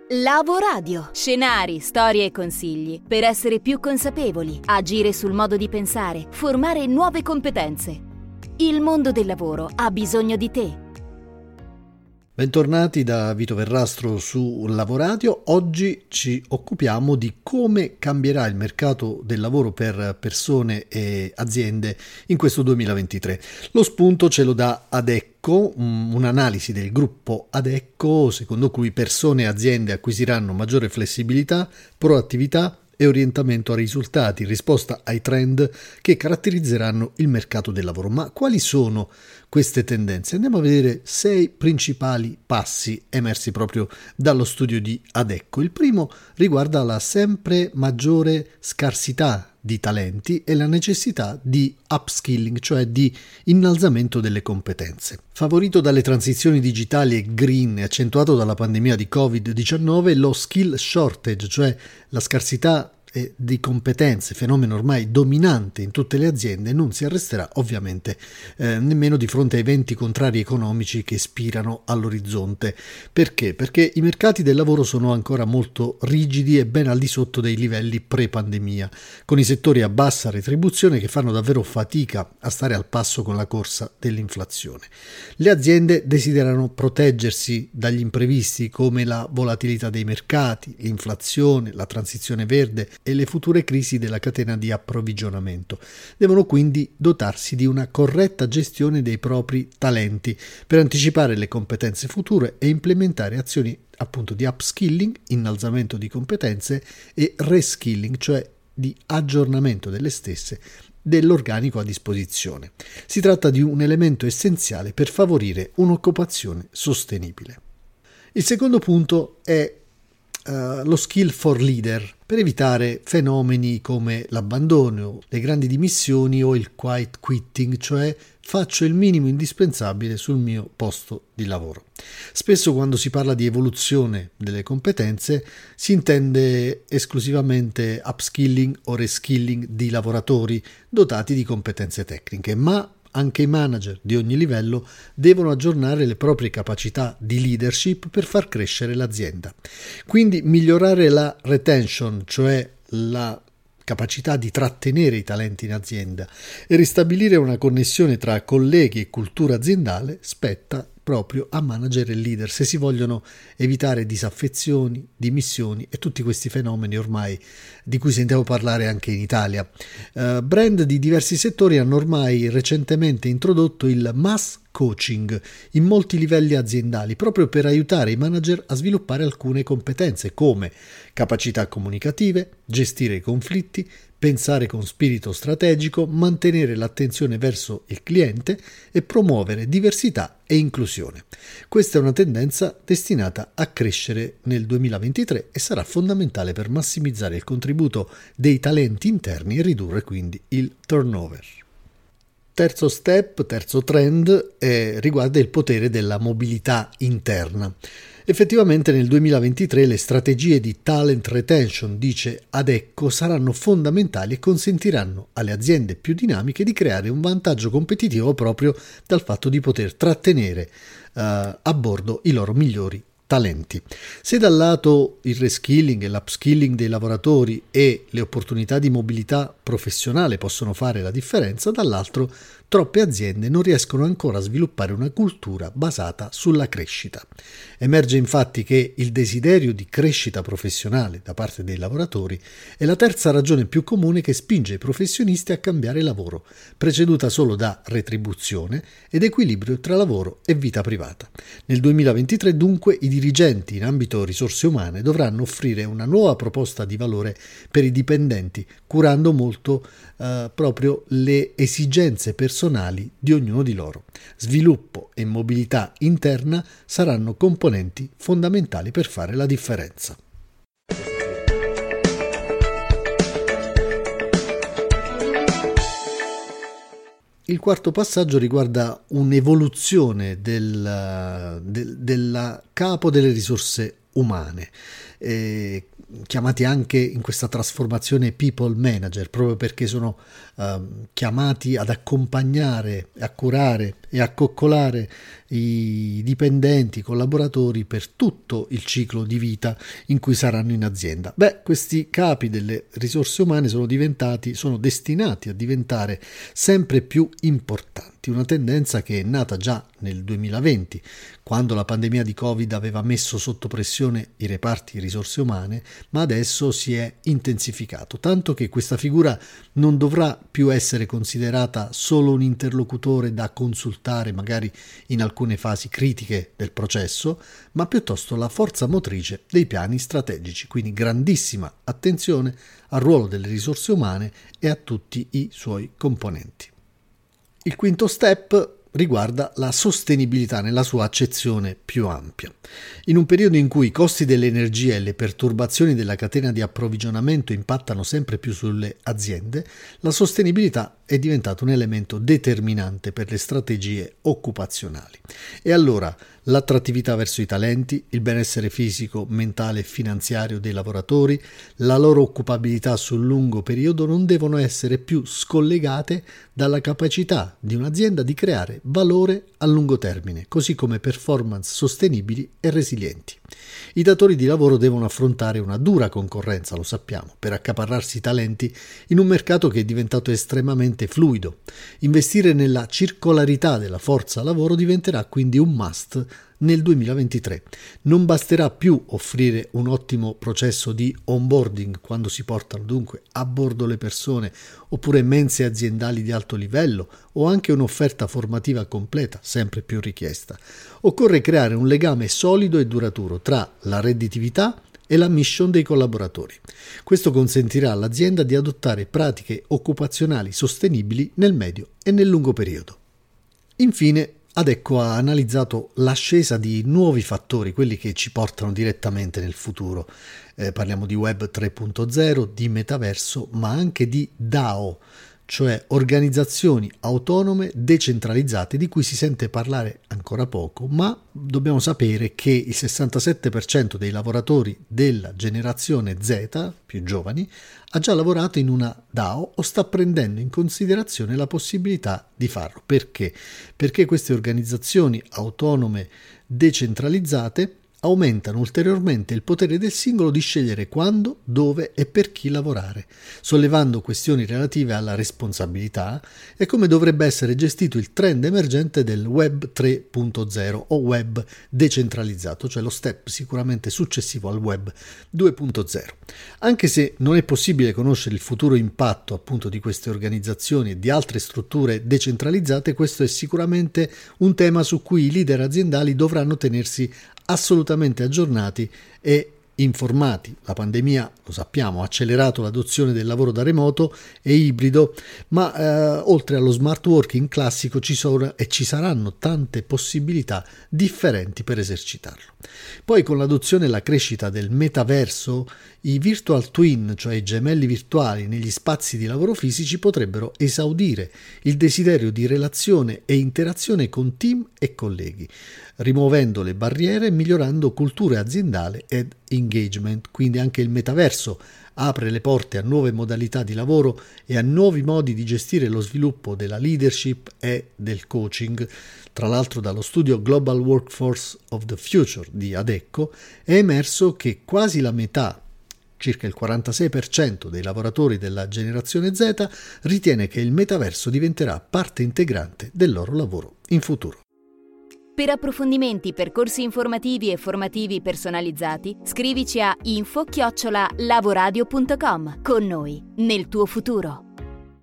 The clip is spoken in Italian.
Lavoradio. Scenari, storie e consigli per essere più consapevoli, agire sul modo di pensare, formare nuove competenze. Il mondo del lavoro ha bisogno di te. Bentornati da Vito Verrastro su Lavoradio. Oggi ci occupiamo di come cambierà il mercato del lavoro per persone e aziende in questo 2023. Lo spunto ce lo dà Adecco, un'analisi del gruppo Adecco secondo cui persone e aziende acquisiranno maggiore flessibilità, proattività e orientamento a risultati in risposta ai trend che caratterizzeranno il mercato del lavoro. Ma quali sono queste tendenze? Andiamo a vedere 6 principali passi emersi proprio dallo studio di Adecco. Il primo riguarda la sempre maggiore scarsità di talenti e la necessità di upskilling, cioè di innalzamento delle competenze. Favorito dalle transizioni digitali e green e accentuato dalla pandemia di Covid-19, lo skill shortage, cioè la scarsità di competenze, fenomeno ormai dominante in tutte le aziende, non si arresterà ovviamente nemmeno di fronte ai venti contrari economici che spirano all'orizzonte. Perché? Perché i mercati del lavoro sono ancora molto rigidi e ben al di sotto dei livelli pre-pandemia, con i settori a bassa retribuzione che fanno davvero fatica a stare al passo con la corsa dell'inflazione. Le aziende desiderano proteggersi dagli imprevisti come la volatilità dei mercati, l'inflazione, la transizione verde e le future crisi della catena di approvvigionamento. Devono quindi dotarsi di una corretta gestione dei propri talenti per anticipare le competenze future e implementare azioni appunto di upskilling, innalzamento di competenze, e reskilling, cioè di aggiornamento delle stesse dell'organico a disposizione. Si tratta di un elemento essenziale per favorire un'occupazione sostenibile. Il secondo punto è lo skill for leader, per evitare fenomeni come l'abbandono, le grandi dimissioni o il quiet quitting, cioè faccio il minimo indispensabile sul mio posto di lavoro. Spesso quando si parla di evoluzione delle competenze si intende esclusivamente upskilling o reskilling di lavoratori dotati di competenze tecniche, ma anche i manager di ogni livello devono aggiornare le proprie capacità di leadership per far crescere l'azienda. Quindi migliorare la retention, cioè la capacità di trattenere i talenti in azienda, e ristabilire una connessione tra colleghi e cultura aziendale spetta proprio a manager e leader se si vogliono evitare disaffezioni, dimissioni e tutti questi fenomeni ormai di cui sentiamo parlare anche in Italia. Brand di diversi settori hanno ormai recentemente introdotto il mass coaching in molti livelli aziendali proprio per aiutare i manager a sviluppare alcune competenze come capacità comunicative, gestire i conflitti, pensare con spirito strategico, mantenere l'attenzione verso il cliente e promuovere diversità e inclusione. Questa è una tendenza destinata a crescere nel 2023 e sarà fondamentale per massimizzare il contributo dei talenti interni e ridurre quindi il turnover. Terzo trend riguarda il potere della mobilità interna. Effettivamente nel 2023 le strategie di talent retention, dice Adecco, saranno fondamentali e consentiranno alle aziende più dinamiche di creare un vantaggio competitivo proprio dal fatto di poter trattenere a bordo i loro migliori talenti. Se dal lato il reskilling e l'upskilling dei lavoratori e le opportunità di mobilità professionale possono fare la differenza, dall'altro troppe aziende non riescono ancora a sviluppare una cultura basata sulla crescita. Emerge infatti che il desiderio di crescita professionale da parte dei lavoratori è la terza ragione più comune che spinge i professionisti a cambiare lavoro, preceduta solo da retribuzione ed equilibrio tra lavoro e vita privata. Nel 2023 dunque i dirigenti in ambito risorse umane dovranno offrire una nuova proposta di valore per i dipendenti, curando molto proprio le esigenze personali di ognuno di loro. Sviluppo e mobilità interna saranno componenti fondamentali per fare la differenza. Il quarto passaggio riguarda un'evoluzione del capo delle risorse umane, chiamati anche in questa trasformazione people manager, proprio perché sono chiamati ad accompagnare, a curare e a coccolare i dipendenti, i collaboratori per tutto il ciclo di vita in cui saranno in azienda. Questi capi delle risorse umane sono destinati a diventare sempre più importanti, una tendenza che è nata già nel 2020, quando la pandemia di Covid aveva messo sotto pressione i reparti risorse umane, ma adesso si è intensificato, tanto che questa figura non dovrà più essere considerata solo un interlocutore da consultare magari in alcune fasi critiche del processo, ma piuttosto la forza motrice dei piani strategici. Quindi grandissima attenzione al ruolo delle risorse umane e a tutti i suoi componenti. Il quinto step riguarda la sostenibilità nella sua accezione più ampia. In un periodo in cui i costi dell'energia e le perturbazioni della catena di approvvigionamento impattano sempre più sulle aziende, la sostenibilità è diventato un elemento determinante per le strategie occupazionali. E allora l'attrattività verso i talenti, il benessere fisico, mentale e finanziario dei lavoratori, la loro occupabilità sul lungo periodo non devono essere più scollegate dalla capacità di un'azienda di creare valore a lungo termine, così come performance sostenibili e resilienti. I datori di lavoro devono affrontare una dura concorrenza, lo sappiamo, per accaparrarsi i talenti in un mercato che è diventato estremamente fluido. Investire nella circolarità della forza lavoro diventerà quindi un must nel 2023. Non basterà più offrire un ottimo processo di onboarding quando si portano dunque a bordo le persone, oppure mense aziendali di alto livello o anche un'offerta formativa completa, sempre più richiesta. Occorre creare un legame solido e duraturo tra la redditività e la mission dei collaboratori. Questo consentirà all'azienda di adottare pratiche occupazionali sostenibili nel medio e nel lungo periodo. Infine, Adecco ha analizzato l'ascesa di nuovi fattori, quelli che ci portano direttamente nel futuro. Parliamo di Web 3.0, di metaverso, ma anche di DAO, cioè organizzazioni autonome decentralizzate di cui si sente parlare ancora poco, ma dobbiamo sapere che il 67% dei lavoratori della generazione Z, più giovani, ha già lavorato in una DAO o sta prendendo in considerazione la possibilità di farlo. Perché? Perché queste organizzazioni autonome decentralizzate aumentano ulteriormente il potere del singolo di scegliere quando, dove e per chi lavorare, sollevando questioni relative alla responsabilità e come dovrebbe essere gestito il trend emergente del Web 3.0 o web decentralizzato, cioè lo step sicuramente successivo al Web 2.0. Anche se non è possibile conoscere il futuro impatto appunto di queste organizzazioni e di altre strutture decentralizzate, questo è sicuramente un tema su cui i leader aziendali dovranno tenersi assolutamente aggiornati e informati. La pandemia, lo sappiamo, ha accelerato l'adozione del lavoro da remoto e ibrido, ma oltre allo smart working classico ci saranno tante possibilità differenti per esercitarlo. Poi con l'adozione e la crescita del metaverso, i virtual twin, cioè i gemelli virtuali negli spazi di lavoro fisici, potrebbero esaudire il desiderio di relazione e interazione con team e colleghi, rimuovendo le barriere e migliorando culture aziendali ed engagement. Quindi anche il metaverso apre le porte a nuove modalità di lavoro e a nuovi modi di gestire lo sviluppo della leadership e del coaching. Tra l'altro, dallo studio Global Workforce of the Future di Adecco è emerso che quasi la metà, circa il 46% dei lavoratori della generazione Z, ritiene che il metaverso diventerà parte integrante del loro lavoro in futuro. Per approfondimenti, percorsi informativi e formativi personalizzati, scrivici a info@lavoradio.com. Con noi, nel tuo futuro.